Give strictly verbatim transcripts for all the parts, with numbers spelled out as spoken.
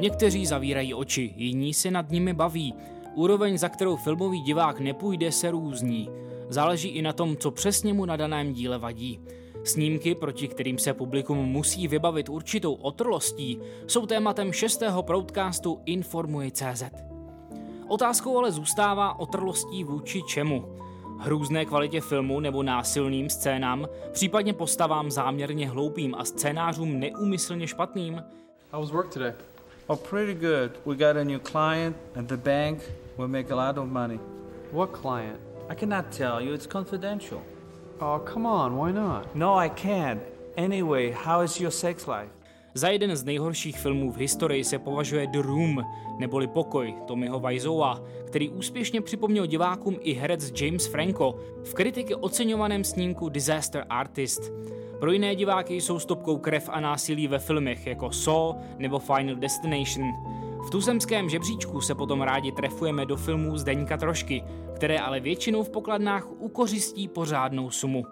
Někteří zavírají oči, jiní se nad nimi baví. Úroveň, za kterou filmový divák nepůjde, se různí. Záleží i na tom, co přesně mu na daném díle vadí. Snímky, proti kterým se publikum musí vybavit určitou otrlostí, jsou tématem šestého proudcastu Informuj tečka cé zet. Otázkou ale zůstává otrlostí vůči čemu? Hrůzné kvalitě filmu nebo násilným scénám, případně postavám záměrně hloupým a scénářům neúmyslně špatným? How was work today? Oh, pretty good. We got a new client and the bank will make a lot of money. What client? I cannot tell you, it's confidential. Oh, come on, why not? No, I can't. Anyway, how is your sex life? Za jeden z nejhorších filmů v historii se považuje The Room, neboli Pokoj Tommyho Wiseaua, který úspěšně připomněl divákům i herec James Franco v kritiky oceňovaném snímku Disaster Artist. Pro jiné diváky jsou stopkou krev a násilí ve filmech jako Saw nebo Final Destination. V tuzemském žebříčku se potom rádi trefujeme do filmů Zdeňka Trošky, které ale většinou v pokladnách ukořistí pořádnou sumu.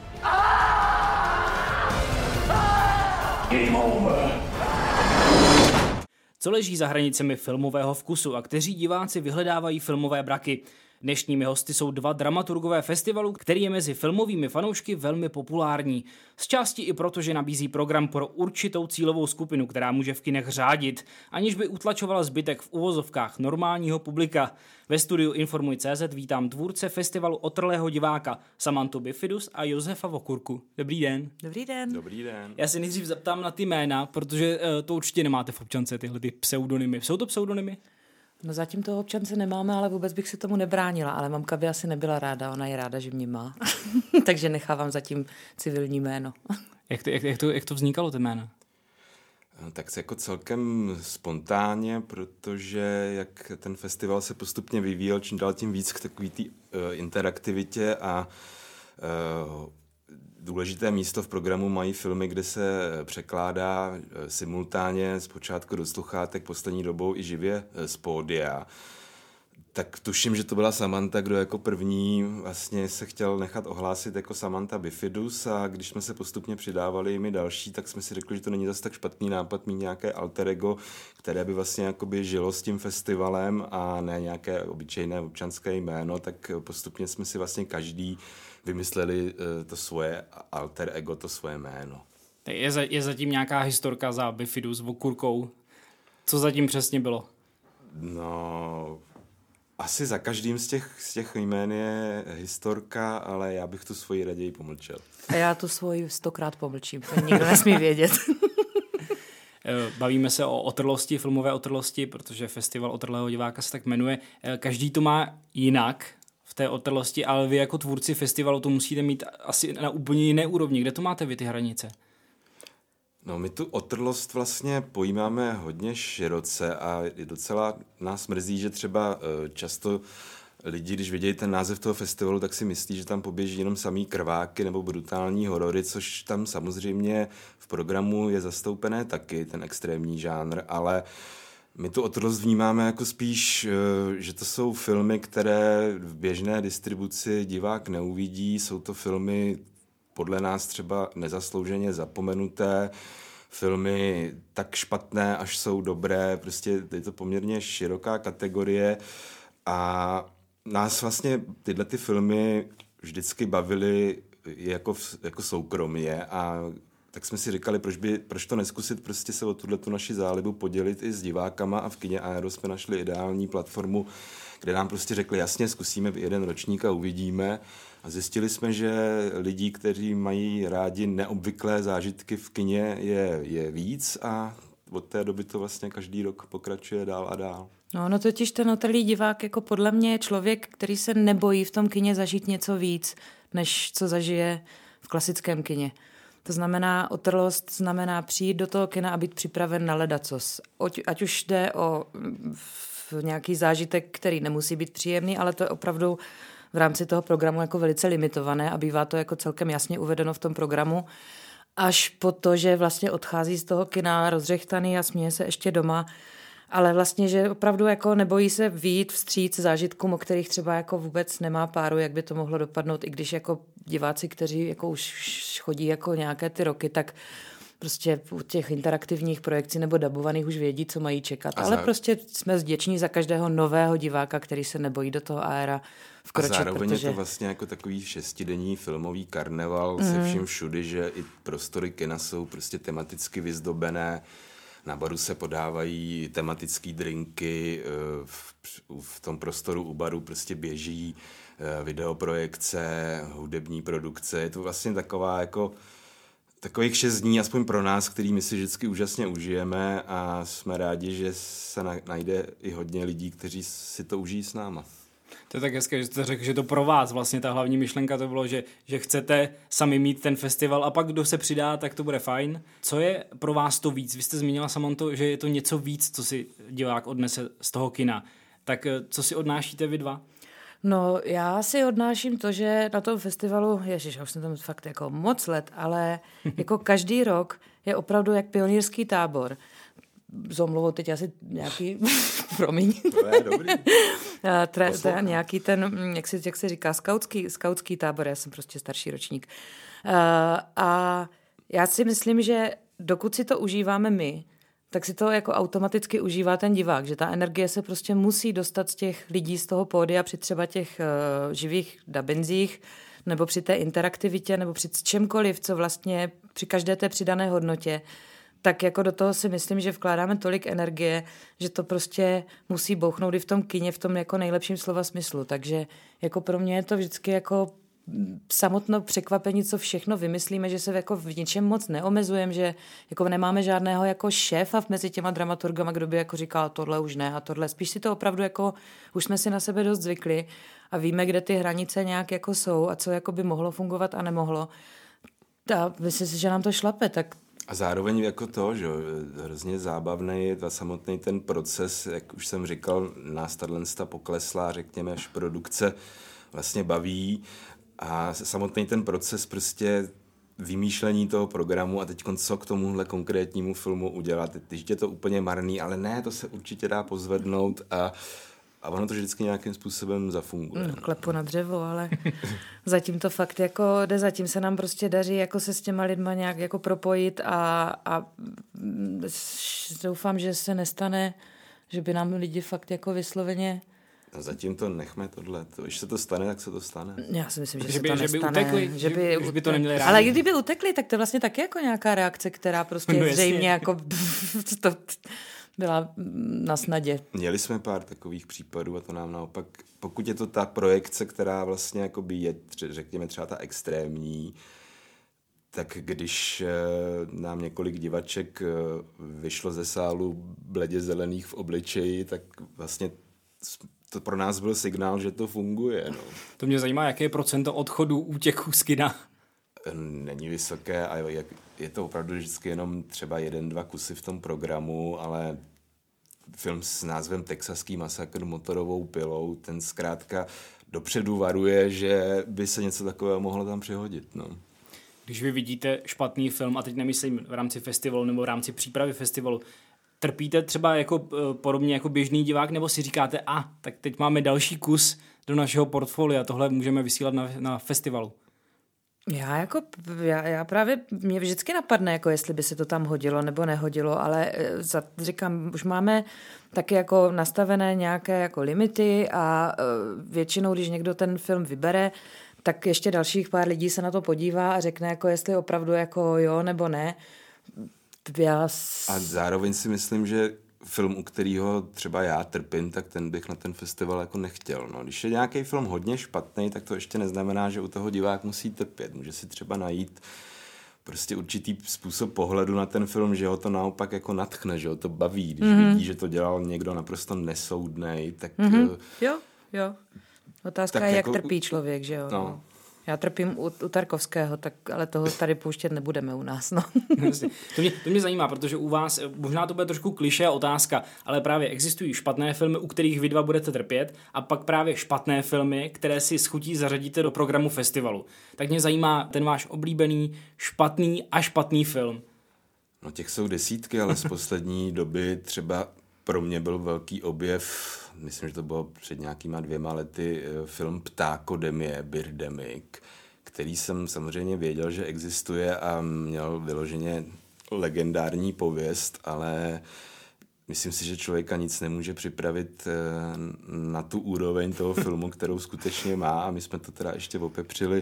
Co leží za hranicemi filmového vkusu a kteří diváci vyhledávají filmové braky? Dnešními hosty jsou dva dramaturgové festivalu, který je mezi filmovými fanoušky velmi populární. Z části i proto, že nabízí program pro určitou cílovou skupinu, která může v kinech řádit, aniž by utlačovala zbytek v uvozovkách normálního publika. Ve studiu Informuj tečka cé zet vítám tvůrce festivalu Otrlého diváka Samantu Bifidus a Josefa Vokurku. Dobrý den. Dobrý den. Dobrý den. Já se nejdřív zeptám na ty jména, protože uh, to určitě nemáte v občance, tyhle ty pseudonymy. Jsou to pseudonymy? No zatím toho občance nemáme, ale vůbec bych si tomu nebránila, ale mamka by asi nebyla ráda, ona je ráda, že mě má. Takže nechávám zatím civilní jméno. jak, to, jak, jak, to, jak to vznikalo, ty jména? Tak se jako celkem spontánně, protože jak ten festival se postupně vyvíjel, čím dál tím víc k takový té uh, interaktivitě a uh, důležité místo v programu mají filmy, kde se překládá uh, simultánně zpočátku do sluchátek, poslední dobou i živě uh, z pódia. Tak tuším, že to byla Samanta, kdo jako první vlastně se chtěl nechat ohlásit jako Samanta Bifidus, a když jsme se postupně přidávali i my další, tak jsme si řekli, že to není zase tak špatný nápad mít nějaké alter ego, které by vlastně jakoby žilo s tím festivalem a ne nějaké obyčejné občanské jméno, tak postupně jsme si vlastně každý vymysleli to svoje alter ego, to svoje jméno. Je, za, je zatím nějaká historka za Bifidus Vokurkou? Co zatím přesně bylo? No... Asi za každým z těch, z těch jmén je historka, ale já bych tu svoji raději pomlčel. A já tu svoji stokrát pomlčím, to nikdo nesmí vědět. Bavíme se o otrlosti, filmové otrlosti, protože festival Otrlého diváka se tak jmenuje. Každý to má jinak v té otrlosti, ale vy jako tvůrci festivalu to musíte mít asi na úplně jiné úrovni. Kde to máte vy, ty hranice? No, my tu otrlost vlastně pojímáme hodně široce a docela nás mrzí, že třeba často lidi, když vidějí ten název toho festivalu, tak si myslí, že tam poběží jenom samý krváky nebo brutální horory, což tam samozřejmě v programu je zastoupené taky, ten extrémní žánr, ale my tu otrlost vnímáme jako spíš, že to jsou filmy, které v běžné distribuci divák neuvidí, jsou to filmy podle nás třeba nezaslouženě zapomenuté, filmy tak špatné, až jsou dobré, prostě je to poměrně široká kategorie a nás vlastně tyhle ty filmy vždycky bavily jako, jako soukromě a tak jsme si říkali, proč, by, proč to neskusit prostě se o tuhletu naši zálibu podělit i s divákama, a v kině Aero jsme našli ideální platformu, kde nám prostě řekli, jasně, zkusíme jeden ročník a uvidíme. A zjistili jsme, že lidí, kteří mají rádi neobvyklé zážitky v kině, je, je víc a od té doby to vlastně každý rok pokračuje dál a dál. No, no totiž ten otrlý divák jako podle mě je člověk, který se nebojí v tom kině zažít něco víc, než co zažije v klasickém kině. To znamená, otrlost znamená přijít do toho kina a být připraven na ledacos. Ať už jde o nějaký zážitek, který nemusí být příjemný, ale to je opravdu v rámci toho programu jako velice limitované a bývá to jako celkem jasně uvedeno v tom programu, až po to, že vlastně odchází z toho kina rozřechtaný a směje se ještě doma, ale vlastně, že opravdu jako nebojí se vyjít vstříc zážitkům, o kterých třeba jako vůbec nemá páru, jak by to mohlo dopadnout, i když jako diváci, kteří jako už chodí jako nějaké ty roky, tak prostě u těch interaktivních projekcí nebo dabovaných už vědí, co mají čekat. A Ale za... prostě jsme vděční za každého nového diváka, který se nebojí do toho aéra vkročit. A zároveň protože... je to vlastně jako takový šestidenní filmový karneval mm. se vším všudy, že i prostory kina jsou prostě tematicky vyzdobené. Na baru se podávají tematické drinky, v, v tom prostoru u baru prostě běží videoprojekce, hudební produkce. Je to vlastně taková jako takových šest dní, aspoň pro nás, který my si vždycky úžasně užijeme a jsme rádi, že se najde i hodně lidí, kteří si to užijí s náma. To je tak hezké, že jste řekl, že to pro vás vlastně ta hlavní myšlenka to bylo, že, že chcete sami mít ten festival a pak kdo se přidá, tak to bude fajn. Co je pro vás to víc? Vy jste zmínila, Samanto, že je to něco víc, co si divák odnese z toho kina. Tak co si odnášíte vy dva? No, já si odnáším to, že na tom festivalu, ježiš, já už jsem tam fakt jako moc let, ale jako každý rok je opravdu jak pionýrský tábor. S omluvou teď asi nějaký, promiň. To je dobrý. Tre, to je nějaký ten, jak se, jak se říká, skautský, skautský tábor, já jsem prostě starší ročník. Uh, a já si myslím, že dokud si to užíváme my, tak si to jako automaticky užívá ten divák, že ta energie se prostě musí dostat z těch lidí z toho pódia při třeba těch uh, živých dabinzích, nebo při té interaktivitě, nebo při čemkoliv, co vlastně při každé té přidané hodnotě, tak jako do toho si myslím, že vkládáme tolik energie, že to prostě musí bouchnout i v tom kině, v tom jako nejlepším slova smyslu. Takže jako pro mě je to vždycky jako samotné překvapení, co všechno vymyslíme, že se jako v ničem moc neomezujeme, že jako nemáme žádného jako šéfa mezi těma dramaturgama, kdo by jako říkal tohle už ne a tohle. Spíš si to opravdu jako, už jsme si na sebe dost zvykli a víme, kde ty hranice nějak jako jsou a co jako by mohlo fungovat a nemohlo. A myslím si, že nám to šlape, tak a zároveň jako to, že hrozně zábavný je samotný ten proces, jak už jsem říkal, nás tato pokleslá, řekněme, až produkce vlastně baví a samotný ten proces prostě vymýšlení toho programu a teď co k tomuhle konkrétnímu filmu udělat. Teď je to úplně marný, ale ne, to se určitě dá pozvednout a A ono to vždycky nějakým způsobem zafunguje. No, klepu na dřevo, ale zatím to fakt jako jde, zatím se nám prostě daří jako se s těma lidma nějak jako propojit a, a doufám, že se nestane, že by nám lidi fakt jako vysloveně... No zatím to nechme tohle. To, když se to stane, tak se to stane. Já si myslím, že, že se by, to že nestane. By utekli, že by, že, že by to neměli rádi. Ale kdyby utekli, tak to je vlastně taky jako nějaká reakce, která prostě no zřejmě jako... to, byla na snadě. Měli jsme pár takových případů a to nám naopak, pokud je to ta projekce, která vlastně jakoby je, řekněme třeba ta extrémní, tak když nám několik divaček vyšlo ze sálu bledě zelených v obličeji, tak vlastně to pro nás byl signál, že to funguje. No. To mě zajímá, jaké je procento odchodu útěků z kina. Není vysoké a je to opravdu vždycky jenom třeba jeden, dva kusy v tom programu, ale film s názvem Texaský masakr motorovou pilou, ten zkrátka dopředu varuje, že by se něco takového mohlo tam přihodit. No. Když vy vidíte špatný film, a teď nemyslím v rámci festivalu nebo v rámci přípravy festivalu, trpíte třeba jako podobně jako běžný divák, nebo si říkáte, a ah, tak teď máme další kus do našeho portfolia, tohle můžeme vysílat na, na festivalu? Já jako, já, já právě, mě vždycky napadne, jako jestli by se to tam hodilo nebo nehodilo, ale za, říkám, už máme taky jako nastavené nějaké jako limity a většinou, když někdo ten film vybere, tak ještě dalších pár lidí se na to podívá a řekne, jako jestli opravdu jako jo nebo ne. Já... A zároveň si myslím, že film, u kterého třeba já trpím, tak ten bych na ten festival jako nechtěl. No. Když je nějaký film hodně špatný, tak to ještě neznamená, že u toho divák musí trpět. Může si třeba najít prostě určitý způsob pohledu na ten film, že ho to naopak jako nadchne, že ho to baví. Když mm-hmm. vidí, že to dělal někdo naprosto nesoudnej, tak... Mm-hmm. Jo, jo. Otázka tak je, jako, jak trpí člověk, že jo. No. Já trpím u, u Tarkovského, tak, ale toho tady pouštět nebudeme u nás. No. to, mě, to mě zajímá, protože u vás, možná to bude trošku klišé otázka, ale právě existují špatné filmy, u kterých vy dva budete trpět, a pak právě špatné filmy, které si s chutí zařadíte do programu festivalu. Tak mě zajímá ten váš oblíbený špatný a špatný film. No těch jsou desítky, ale z poslední doby třeba pro mě byl velký objev, myslím, že to bylo před nějakýma dvěma lety, film Ptákodemie, Birdemic, který jsem samozřejmě věděl, že existuje a měl vyloženě legendární pověst, ale myslím si, že člověka nic nemůže připravit na tu úroveň toho filmu, kterou skutečně má, a my jsme to teda ještě opepřili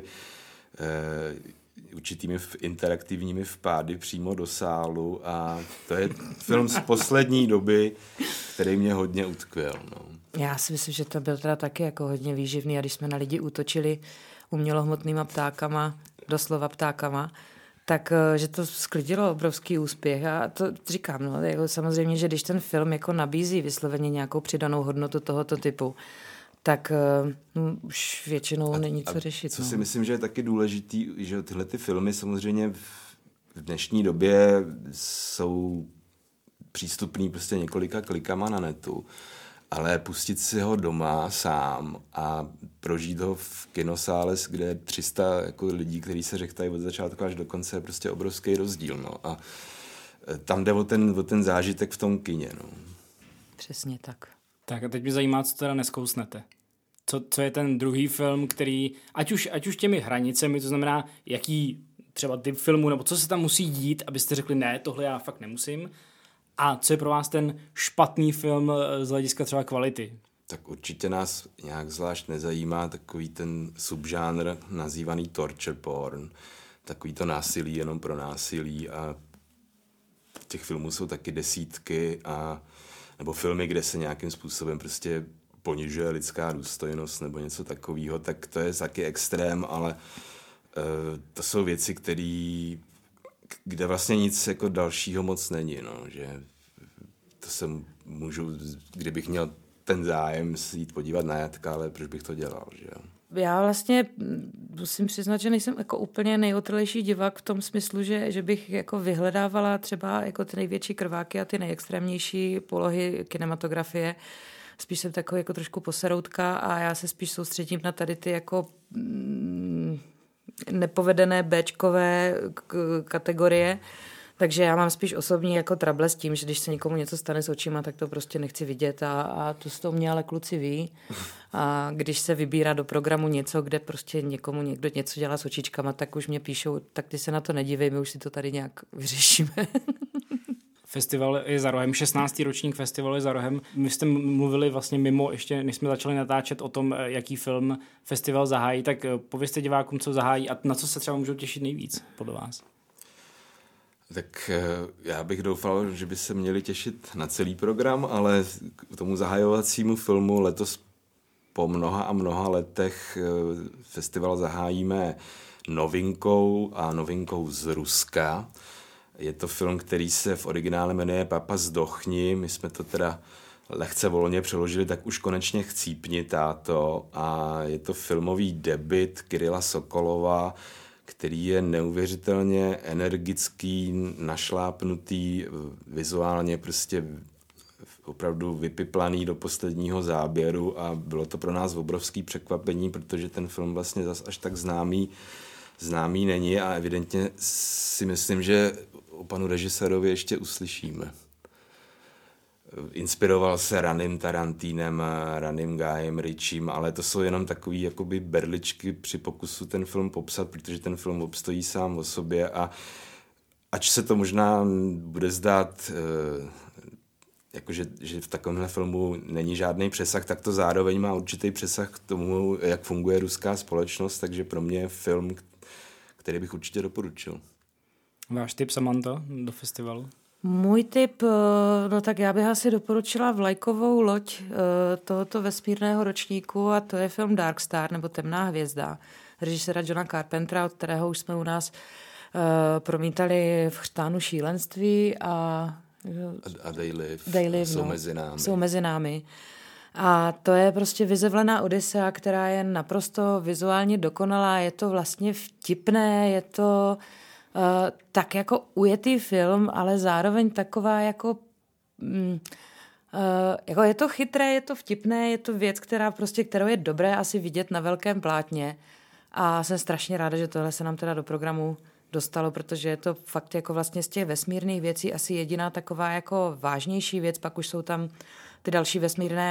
určitými interaktivními vpády přímo do sálu, a to je film z poslední doby, který mě hodně utkvěl. No. Já si myslím, že to byl teda taky jako hodně výživný, a když jsme na lidi útočili umělohmotnýma ptákama, doslova ptákama, tak že to sklidilo obrovský úspěch. A to říkám, no, jako samozřejmě, že když ten film jako nabízí vysloveně nějakou přidanou hodnotu tohoto typu, tak uh, už většinou a, není co řešit. Co no. si myslím, že je taky důležitý, že tyhle ty filmy samozřejmě v dnešní době jsou přístupný prostě několika klikama na netu, ale pustit si ho doma sám a prožít ho v kinosále, kde je tři sta jako lidí, kteří se řechtají od začátku až do konce, je prostě obrovský rozdíl. No. A tam jde o ten, o ten zážitek v tom kině. No. Přesně tak. Tak a teď mě zajímá, co teda neskousnete. Co, co je ten druhý film, který, ať už, ať už těmi hranicemi, to znamená, jaký třeba typ filmu, nebo co se tam musí dít, abyste řekli, ne, tohle já fakt nemusím. A co je pro vás ten špatný film z hlediska třeba kvality? Tak určitě nás nějak zvlášť nezajímá takový ten subžánr nazývaný torture porn. Takový to násilí jenom pro násilí, a těch filmů jsou taky desítky, a nebo filmy, kde se nějakým způsobem prostě ponižuje lidská důstojnost nebo něco takového, tak to je taky extrém, ale uh, to jsou věci, které, kde vlastně nic jako dalšího moc není, no, že to se můžu, kdybych měl ten zájem si jít podívat na jatka, ale proč bych to dělal, že jo? Já vlastně musím přiznat, že nejsem jako úplně nejotrlejší divák v tom smyslu, že, že bych jako vyhledávala třeba jako ty největší krváky a ty nejextrémnější polohy kinematografie. Spíš jsem takový jako trošku poseroutka, a já se spíš soustředím na tady ty jako mm, nepovedené béčkové k- kategorie. Takže já mám spíš osobní jako trable s tím, že když se někomu něco stane s očima, tak to prostě nechci vidět, a, a to z toho mě ale kluci ví. A když se vybírá do programu něco, kde prostě někomu někdo něco dělá s očičkama, tak už mě píšou, tak ty se na to nedívej, my už si to tady nějak vyřešíme. Festival je za rohem, šestnáctý ročník festivalu je za rohem. My jste mluvili vlastně mimo, ještě než jsme začali natáčet o tom, jaký film festival zahájí, tak povězte divákům, co zahájí a na co se třeba můžou těšit nejvíc podle vás. Tak já bych doufal, že by se měli těšit na celý program, ale k tomu zahajovacímu filmu letos po mnoha a mnoha letech festival zahájíme novinkou, a novinkou z Ruska. Je to film, který se v originále jmenuje Papa zdochni. My jsme to teda lehce volně přeložili, tak už konečně chcípni, táto. A je to filmový debut Kirila Sokolova, který je neuvěřitelně energický, našlápnutý, vizuálně prostě opravdu vypiplaný do posledního záběru, a bylo to pro nás obrovský překvapení, protože ten film vlastně zas až tak známý, známý není, a evidentně si myslím, že o panu režisérovi ještě uslyšíme. Inspiroval se Ranim Tarantinem, Ranim Guiem Ritchiem, ale to jsou jenom takový jakoby berličky při pokusu ten film popsat, protože ten film obstojí sám o sobě, a ač se to možná bude zdát, jakože, že v takovémhle filmu není žádný přesah, tak to zároveň má určitý přesah k tomu, jak funguje ruská společnost, takže pro mě je film, který bych určitě doporučil. Váš tip, Samantho, do festivalu? Můj tip, no tak já bych asi doporučila vlajkovou loď tohoto vesmírného ročníku, a to je film Dark Star, nebo Temná hvězda, režiséra Johna Carpentera, od kterého už jsme u nás uh, promítali v Chřtánu šílenství a... A They Live, They Live jsou no, mezi námi. Jsou mezi námi. A to je prostě vyzevlená Odysea, která je naprosto vizuálně dokonalá, je to vlastně vtipné, je to... Uh, tak jako ujetý film, ale zároveň taková jako, mm, uh, jako je to chytré, je to vtipné, je to věc, která prostě, kterou je dobré asi vidět na velkém plátně, a jsem strašně ráda, že tohle se nám teda do programu dostalo, protože je to fakt jako vlastně z těch vesmírných věcí asi jediná taková jako vážnější věc, pak už jsou tam ty další vesmírné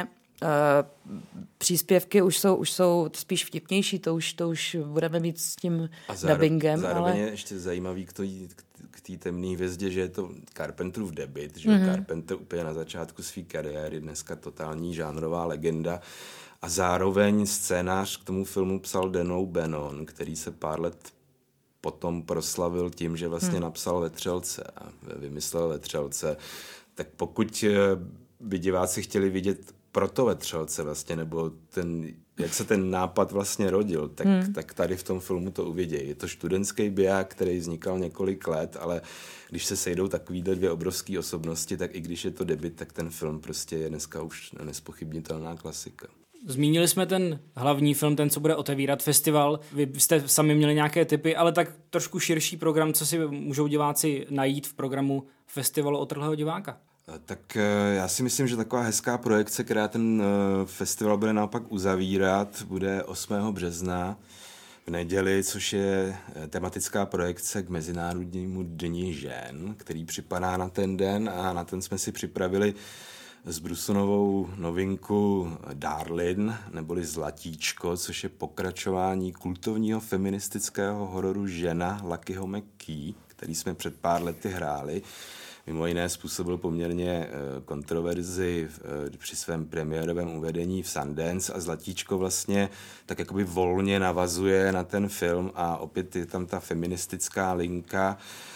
příspěvky už jsou, už jsou spíš vtipnější, to už, to už budeme mít s tím a zároveň, dubbingem. Zároveň ale... je ještě zajímavý k, tý, k té temné hvězdě, že je to Carpenterův debut, že mm-hmm. Carpenter úplně na začátku své kariéry, dneska totální žánrová legenda. A zároveň scénář k tomu filmu psal Dan O'Bannon, který se pár let potom proslavil tím, že vlastně hmm. napsal Vetřelce a vymyslel Vetřelce. Tak pokud by diváci chtěli vidět proto Vetřelce vlastně, nebo ten, jak se ten nápad vlastně rodil, tak, hmm. tak tady v tom filmu to uvidějí. Je to studentský biják, který vznikal několik let, ale když se sejdou takovýhle dvě obrovské osobnosti, tak i když je to debut, tak ten film prostě je dneska už nespochybnitelná klasika. Zmínili jsme ten hlavní film, ten, co bude otevírat festival. Vy jste sami měli nějaké tipy, ale tak trošku širší program, co si můžou diváci najít v programu Festivalu otrhlého diváka. Tak já si myslím, že taková hezká projekce, která ten festival bude naopak uzavírat, bude osmého března v neděli, což je tematická projekce k Mezinárodnímu dni žen, který připadá na ten den a na ten jsme si připravili s Brusonovou novinku Darlin, neboli Zlatíčko, což je pokračování kultovního feministického hororu Žena Luckyho McKee, který jsme před pár lety hráli. Mimo jiné způsobil poměrně kontroverzi při svém premiérovém uvedení v Sundance a Zlatíčko vlastně tak jakoby volně navazuje na ten film a opět je tam ta feministická linka.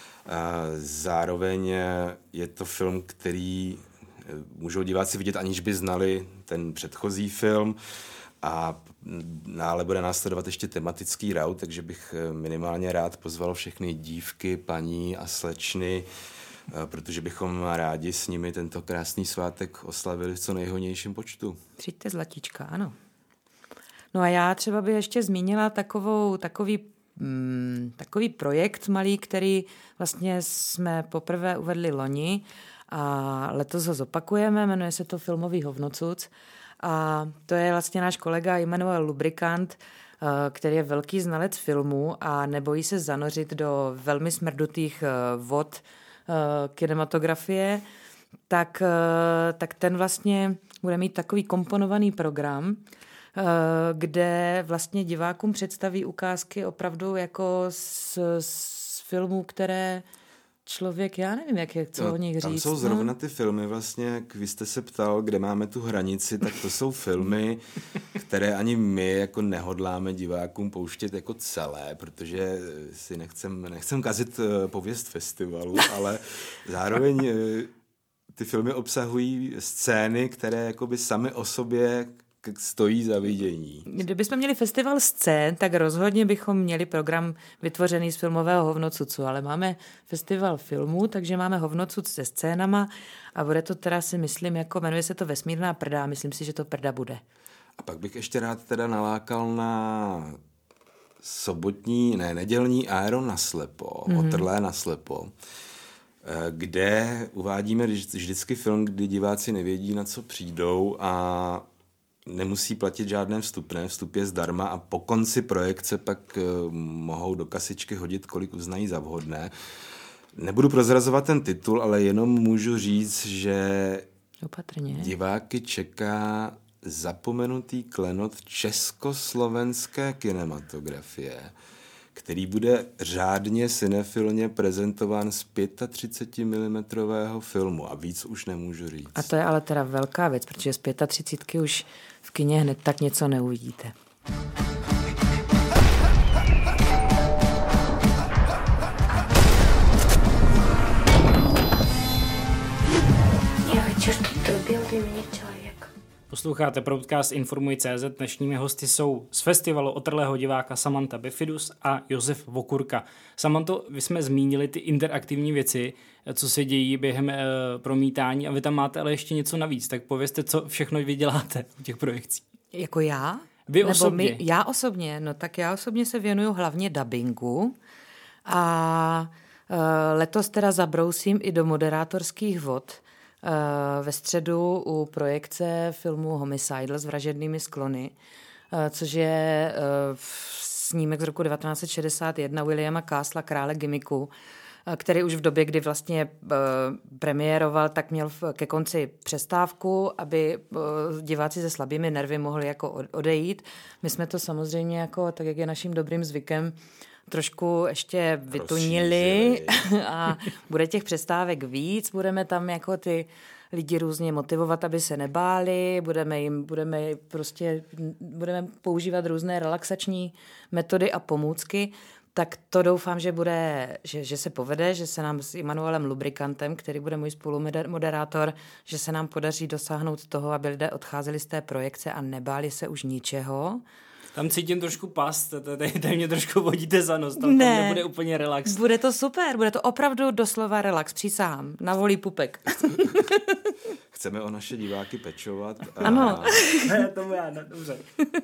Zároveň je to film, který můžou diváci vidět, aniž by znali ten předchozí film a dále bude následovat ještě tematický raut, takže bych minimálně rád pozval všechny dívky, paní a slečny, protože bychom rádi s nimi tento krásný svátek oslavili v co nejhojnějším počtu. Přijďte Zlatíčka, ano. No a já třeba bych ještě zmínila takovou, takový, mm, takový projekt malý, který vlastně jsme poprvé uvedli loni, a letos ho zopakujeme, jmenuje se to Filmový hovnocuc a to je vlastně náš kolega Immanuel Lubrikant, který je velký znalec filmů a nebojí se zanořit do velmi smrdutých vod kinematografie, tak, tak ten vlastně bude mít takový komponovaný program, kde vlastně divákům představí ukázky opravdu jako z, z filmů, které člověk, já nevím, jak je, co no, o nich říct. Tam jsou zrovna ty filmy vlastně, jak vy jste se ptal, kde máme tu hranici, tak to jsou filmy, které ani my jako nehodláme divákům pouštět jako celé, protože si nechcem, nechcem kazit pověst festivalu, ale zároveň ty filmy obsahují scény, které jakoby samy o sobě stojí za vidění. Kdybychom měli festival scén, tak rozhodně bychom měli program vytvořený z filmového hovnocucu, ale máme festival filmů, takže máme hovnocuc se scénama a bude to teda si myslím, jako jmenuje se to Vesmírná prda a myslím si, že to prda bude. A pak bych ještě rád teda nalákal na sobotní, ne, nedělní Aero naslepo, mm-hmm. Otrlé naslepo, kde uvádíme vždycky film, kdy diváci nevědí, na co přijdou a nemusí platit žádné vstupné, vstup je zdarma a po konci projekce pak uh, mohou do kasičky hodit, kolik uznají za vhodné. Nebudu prozrazovat ten titul, ale jenom můžu říct, že opatrně. Diváky čeká zapomenutý klenot československé kinematografie, který bude řádně cinefilně prezentován z třicet pět milimetrů filmu a víc už nemůžu říct. A to je ale teda velká věc, protože z třicet pět už v kině hned tak něco neuvidíte. Já chci, чтобы ты убил для меня человека. Posloucháte podcast Informuj tečka cé zet. Dnešními hosty jsou z festivalu otrlého diváka Samantha Bifidus a Josef Vokurka. Samanto, vy jsme zmínili ty interaktivní věci, co se dějí během e, promítání a vy tam máte ale ještě něco navíc, tak povězte, co všechno vy děláte u těch projekcí. Jako já? Vy Nebo osobně? My, já osobně, no tak já osobně se věnuju hlavně dabingu a e, letos teda zabrousím i do moderátorských vod. Ve středu u projekce filmu Homicidal s vražednými sklony, což je snímek z roku devatenáct set šedesát jedna Williama Castle, krále gimmiku, který už v době, kdy vlastně uh, premiéroval, tak měl v, ke konci přestávku, aby uh, diváci se slabými nervy mohli jako odejít. My jsme to samozřejmě jako, tak jak je naším dobrým zvykem, trošku ještě vytunili a bude těch přestávek víc, budeme tam jako ty lidi různě motivovat, aby se nebáli, budeme jim, budeme prostě, budeme používat různé relaxační metody a pomůcky, tak to doufám, že bude, že, že se povede, že se nám s Immanuelem Lubrikantem, který bude můj spolumoderátor, že se nám podaří dosáhnout toho, aby lidé odcházeli z té projekce a nebáli se už ničeho. Tam cítím trošku past, tady mě trošku vodíte za nos, tam, ne, tam nebude úplně relax. Bude to super, bude to opravdu doslova relax, přísahám, na volý pupek. Chceme o naše diváky pečovat. A... Ano. Ne, tomu já, no, dobře.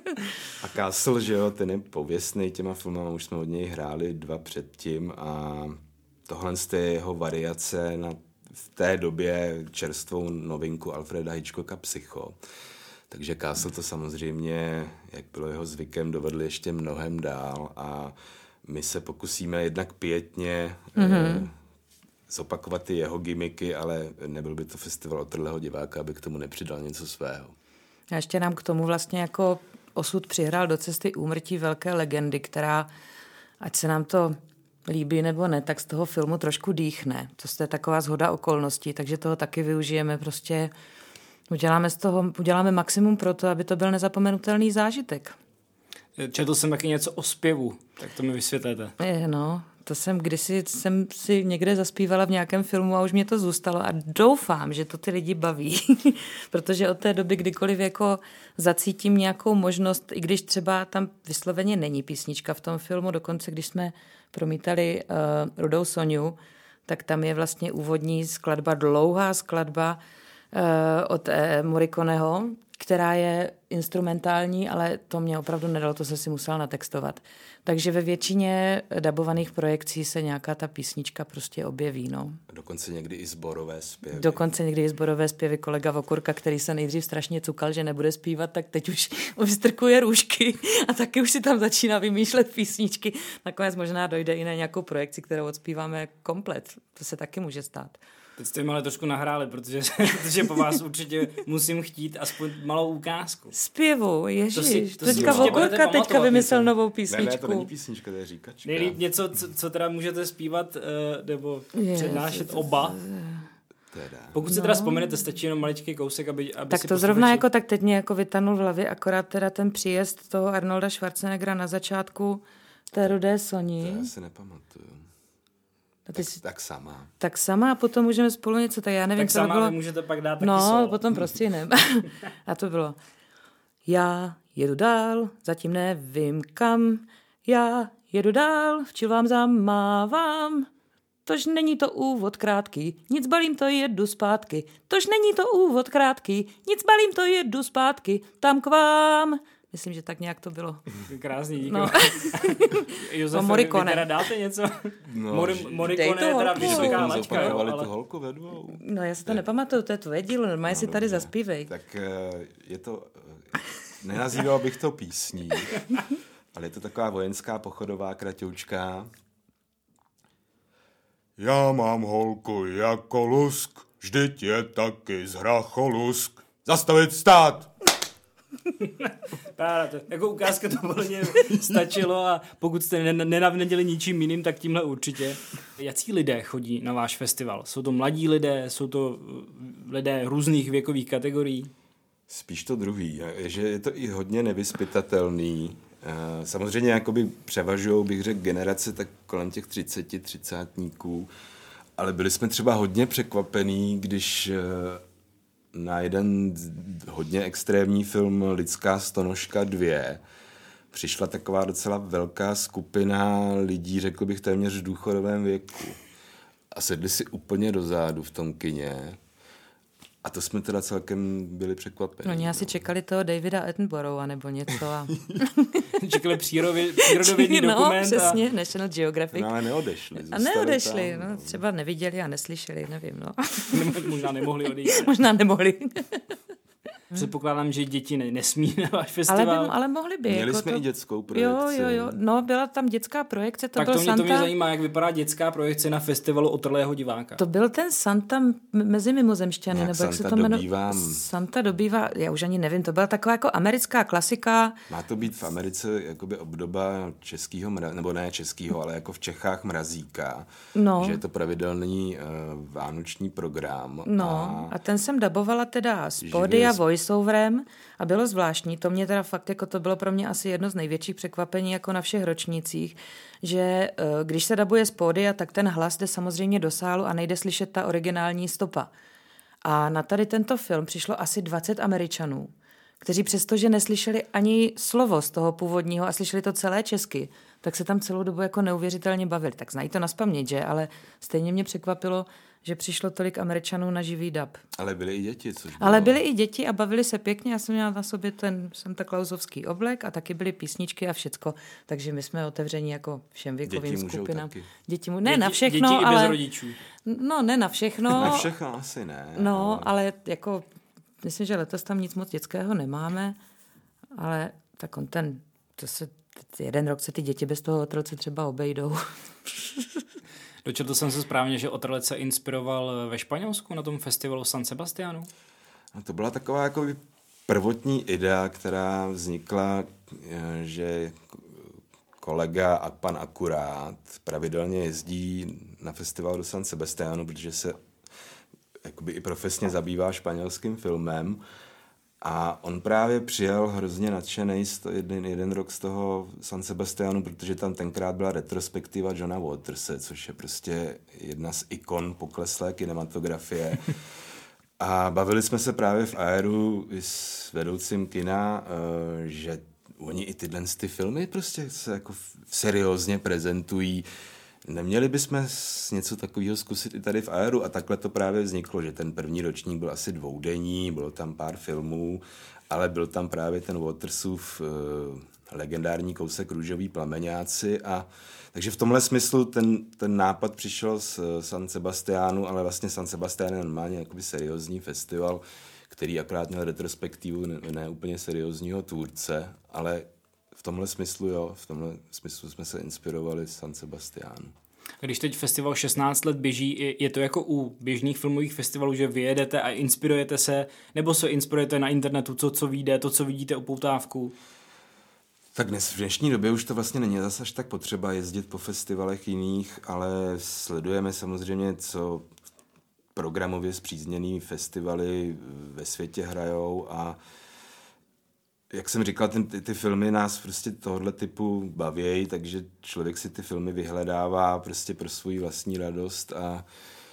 A Castle, že jo, ten je pověstný těma filmama, už jsme od něj hráli dva předtím a tohle je jeho variace na v té době čerstvou novinku Alfreda Hitchcocka Psycho. Takže Castle to samozřejmě, jak bylo jeho zvykem, dovedl ještě mnohem dál a my se pokusíme jednak pětně mm-hmm. eh, zopakovat ty jeho gimmicky, ale nebyl by to festival otrlého diváka, aby k tomu nepřidal něco svého. A ještě nám k tomu vlastně jako osud přihrál do cesty úmrtí velké legendy, která, ať se nám to líbí nebo ne, tak z toho filmu trošku dýchne. To je taková shoda okolností, takže toho taky využijeme prostě. Uděláme z toho, uděláme maximum pro to, aby to byl nezapomenutelný zážitek. Četl jsem taky něco o zpěvu, tak to mi vysvětlete. Je, no, to jsem kdysi jsem si někde zaspívala v nějakém filmu a už mě to zůstalo a doufám, že to ty lidi baví, protože od té doby kdykoliv jako zacítím nějakou možnost, i když třeba tam vysloveně není písnička v tom filmu, dokonce když jsme promítali uh, Rudou Soňu, tak tam je vlastně úvodní skladba, dlouhá skladba od Morriconeho, která je instrumentální, ale to mě opravdu nedalo, to se si musela natextovat. Takže ve většině dabovaných projekcí se nějaká ta písnička prostě objeví. No. Dokonce někdy i sborové zpěvy. Dokonce někdy i sborové zpěvy. Kolega Vokurka, který se nejdřív strašně cukal, že nebude zpívat, tak teď už vystrkuje růžky a taky už si tam začíná vymýšlet písničky. Nakonec možná dojde i na nějakou projekci, kterou odspíváme komplet. To se taky může stát. Teď jste mi ale trošku nahráli, protože, protože po vás určitě musím chtít aspoň malou ukázku. Zpěvu, ježiš. To si, to teďka si Vokurka teďka vymyslel něco. Novou písničku. Ne, ne, to není písnička, to je říkačka. Nejlíp něco, co, co teda můžete zpívat, uh, nebo je, přednášet to, oba. Teda. Pokud si no. teda vzpomenete, stačí jenom maličký kousek, aby, aby tak si to zrovna jako tak teď mě jako vytanul v hlavě, akorát teda ten příjezd toho Arnolda Schwarzeneggera na začátku té Rudé Soni. To já si nepamatuju. Tak, si, tak sama. Tak sama a potom můžeme spolu něco, tak já nevím, tak co to bylo. Tak sama můžete pak dát taky No, solo. potom prostě ne. A to bylo. Já jedu dál, zatím nevím kam. Já jedu dál, včil vám zamávám. Tož není to úvod krátký, nic balím, to jedu zpátky. Tož není to úvod krátký, nic balím, to jedu zpátky. Tam k vám. Myslím, že tak nějak to bylo. Krásný, díky. No. Josefe, no, vy teda dáte něco? No, Mor- Morricone je teda vysoká laťka. Ale... tu holku ve dvou. No já si to nepamatuju, to je tvoje dílo, normálně no, si tady zaspívej. Tak je to, nenazýval bych to písní, ale je to taková vojenská pochodová kraťoučka. Já mám holku jako lusk, vždyť je taky z hracholusk. Zastavit, stát! Pára, to, jako ukázka to volně stačilo a pokud jste nenavnadili ničím jiným, tak tímhle určitě. Jací lidé chodí na váš festival? Jsou to mladí lidé, jsou to lidé různých věkových kategorií? Spíš to druhý, že je to i hodně nevyzpytatelný. Samozřejmě jakoby převažují, bych řekl, generace tak kolem těch třiceti, třicátníků, ale byli jsme třeba hodně překvapení, když na jeden hodně extrémní film Lidská stonožka dva přišla taková docela velká skupina lidí, řekl bych téměř v důchodovém věku. A sedli si úplně dozadu v tom kině. A to jsme teda celkem byli překvapeni. No, oni asi no. čekali toho Davida Attenborougha nebo něco. A... čekali přírodově, přírodovědný no, dokument. Přesně, a... National Geographic. No, ale neodešli. A neodešli, tam, no, třeba neviděli a neslyšeli, nevím. No. Možná nemohli odejít. Možná nemohli. Předpokládám, že děti ne, nesmí na váš festival. Ale, by, ale mohli by. Měli jako jsme to... i dětskou projekci. Jo, jo, jo. No, byla tam dětská projekce, to tak byl to mě, Santa... to mě zajímá, jak vypadá dětská projekce na festivalu Otrlého diváka. To byl ten Santa m- mezi mimozemšťany, Nějak nebo jak se Santa to jmenuje? dobývám. Santa dobývá, já už ani nevím, to byla taková jako americká klasika. Má to být v Americe jakoby obdoba českého, mra... nebo ne českého, ale jako v Čechách mrazíka. No. Že je to pravidelný uh, vánoční program. No, a... a ten jsem dabovala teda s Živě pódy a z- voiceoverem a bylo zvláštní. To mě teda fakt, jako to bylo pro mě asi jedno z největších překvapení jako na všech ročnících, že eh, když se dabuje z pódia, tak ten hlas jde samozřejmě do sálu a nejde slyšet ta originální stopa. A na tady tento film přišlo asi dvacet Američanů, kteří přestože neslyšeli ani slovo z toho původního a slyšeli to celé česky, tak se tam celou dobu jako neuvěřitelně bavili. Tak znají to nazpaměť, že? Ale stejně mě překvapilo, že přišlo tolik Američanů na živý dub. Ale byly i děti, což bylo... Ale byly i děti a bavili se pěkně. Já jsem měla na sobě ten Santa Clausovský oblek a taky byly písničky a všecko. Takže my jsme otevření jako všem věkovým Děti můžou skupinám. taky. Děti mu... Ne děti, na všechno, děti ale... i bez rodičů. No, ne na všechno. Na všechno asi ne. No, ale jako, myslím, že letos tam nic moc dětského nemáme, ale tak on ten, to se, jeden rok se ty děti bez toho otroce třeba obejdou. Dočetl jsem se správně, že Otrlec se inspiroval ve Španělsku na tom festivalu San Sebastianu. A to byla taková jako prvotní idea, která vznikla, že kolega a pan Akurát pravidelně jezdí na festival do San Sebastianu, protože se jakoby i profesně zabývá španělským filmem. A on právě přijel hrozně nadšený z toho jeden, jeden rok z toho San Sebastianu, protože tam tenkrát byla retrospektiva Johna Waterse, což je prostě jedna z ikon pokleslé kinematografie. A bavili jsme se právě v Aeru s vedoucím kina, že oni i tyhle ty filmy prostě se jako seriózně prezentují. Neměli bychom něco takového zkusit i tady v Aeru a takhle to právě vzniklo, že ten první ročník byl asi dvoudenní, bylo tam pár filmů, ale byl tam právě ten Watersův uh, legendární kousek Růžový plameňáci a takže v tomhle smyslu ten, ten nápad přišel z San Sebastianu, ale vlastně San Sebastian je normálně jakoby seriózní festival, který akorát měl retrospektivu ne, ne úplně seriózního tvůrce, ale v tomhle smyslu, jo, v tomhle smyslu jsme se inspirovali z San Sebastianu. Když teď festival šestnáct let běží, je to jako u běžných filmových festivalů, že vyjedete a inspirujete se, nebo se inspirujete na internetu, to, co vyjde, to, co vidíte u poutávku? Tak dnes v dnešní době už to vlastně není zase až tak potřeba jezdit po festivalech jiných, ale sledujeme samozřejmě, co programově spřízněný festivaly ve světě hrajou a jak jsem říkal, ten, ty, ty filmy nás prostě tohohle typu bavějí, takže člověk si ty filmy vyhledává prostě pro svou vlastní radost a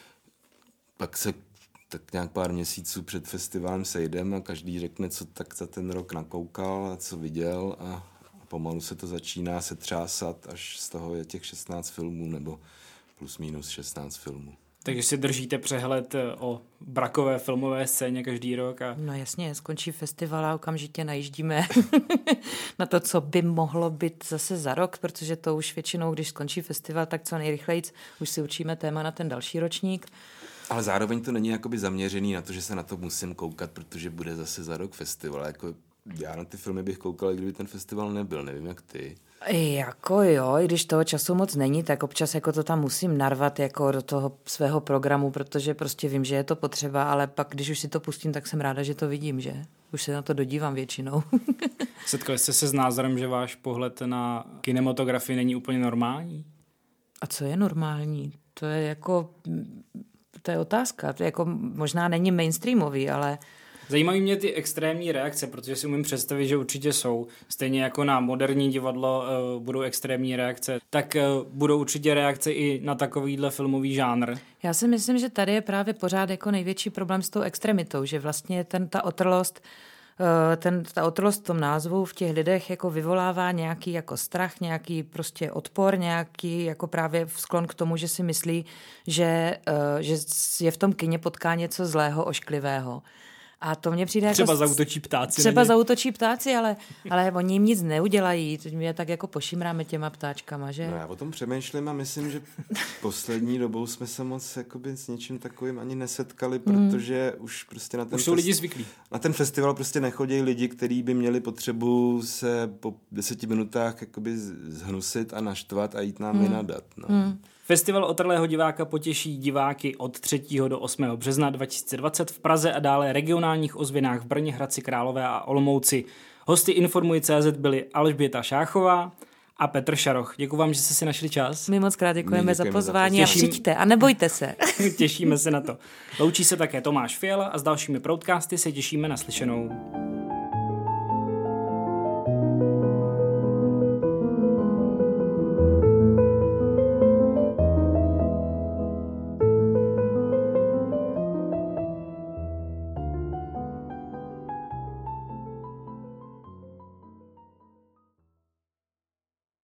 pak se tak nějak pár měsíců před festivalem sejdeme a každý řekne, co tak za ten rok nakoukal a co viděl a pomalu se to začíná setřásat, až z toho je těch šestnáct filmů nebo plus minus šestnáct filmů. Takže si držíte přehled o brakové filmové scéně každý rok. A... No jasně, skončí festival a okamžitě najíždíme na to, co by mohlo být zase za rok, protože to už většinou, když skončí festival, tak co nejrychlejc už si určíme téma na ten další ročník. Ale zároveň to není jakoby zaměřený na to, že se na to musím koukat, protože bude zase za rok festival. Jako já na ty filmy bych koukal, kdyby ten festival nebyl, nevím jak ty. Jako jo, i když toho času moc není, tak občas jako to tam musím narvat jako do toho svého programu, protože prostě vím, že je to potřeba, ale pak, když už si to pustím, tak jsem ráda, že to vidím, že? Už se na to dodívám většinou. Setkali jste se s názorem, že váš pohled na kinematografii není úplně normální? A co je normální? To je jako, to je otázka, to je jako možná není mainstreamový, ale... Zajímají mě ty extrémní reakce, protože si umím představit, že určitě jsou. Stejně jako na moderní divadlo uh, budou extrémní reakce, tak uh, budou určitě reakce i na takovýhle filmový žánr. Já si myslím, že tady je právě pořád jako největší problém s tou extremitou, že vlastně ten, ta otrlost, uh, ten, ta otrlost v tom názvu v těch lidech jako vyvolává nějaký jako strach, nějaký prostě odpor, nějaký jako právě sklon k tomu, že si myslí, že, uh, že je v tom kině potká něco zlého, ošklivého. A to mně přijde Třeba jako... zaútočí ptáci. Třeba zaútočí ptáci, ale, ale oni jim nic neudělají. Teď mě tak jako pošimráme těma ptáčkama, že? No já o tom přemýšlím a myslím, že poslední dobou jsme se moc jakoby s něčím takovým ani nesetkali, protože mm. už prostě na ten, už jsou lidi zvyklí. Na ten festival prostě nechodí lidi, kteří by měli potřebu se po deseti minutách jakoby zhnusit a naštvat a jít nám mm. vynadat. No. Mm. Festival Otrlého diváka potěší diváky od třetího do osmého března dva tisíce dvacet v Praze a dále regionálních ozvěnách v Brně, Hradci Králové a Olomouci. Hosty Informuj tečka cé zet byli Alžběta Šáchová a Petr Šaroch. Děkuji vám, že jste si našli čas. My moc krát děkujeme, děkujeme za pozvání za a přijďte a nebojte se. Těšíme se na to. Loučí se také Tomáš Fiala a s dalšími Proudcasty se těšíme na slyšenou.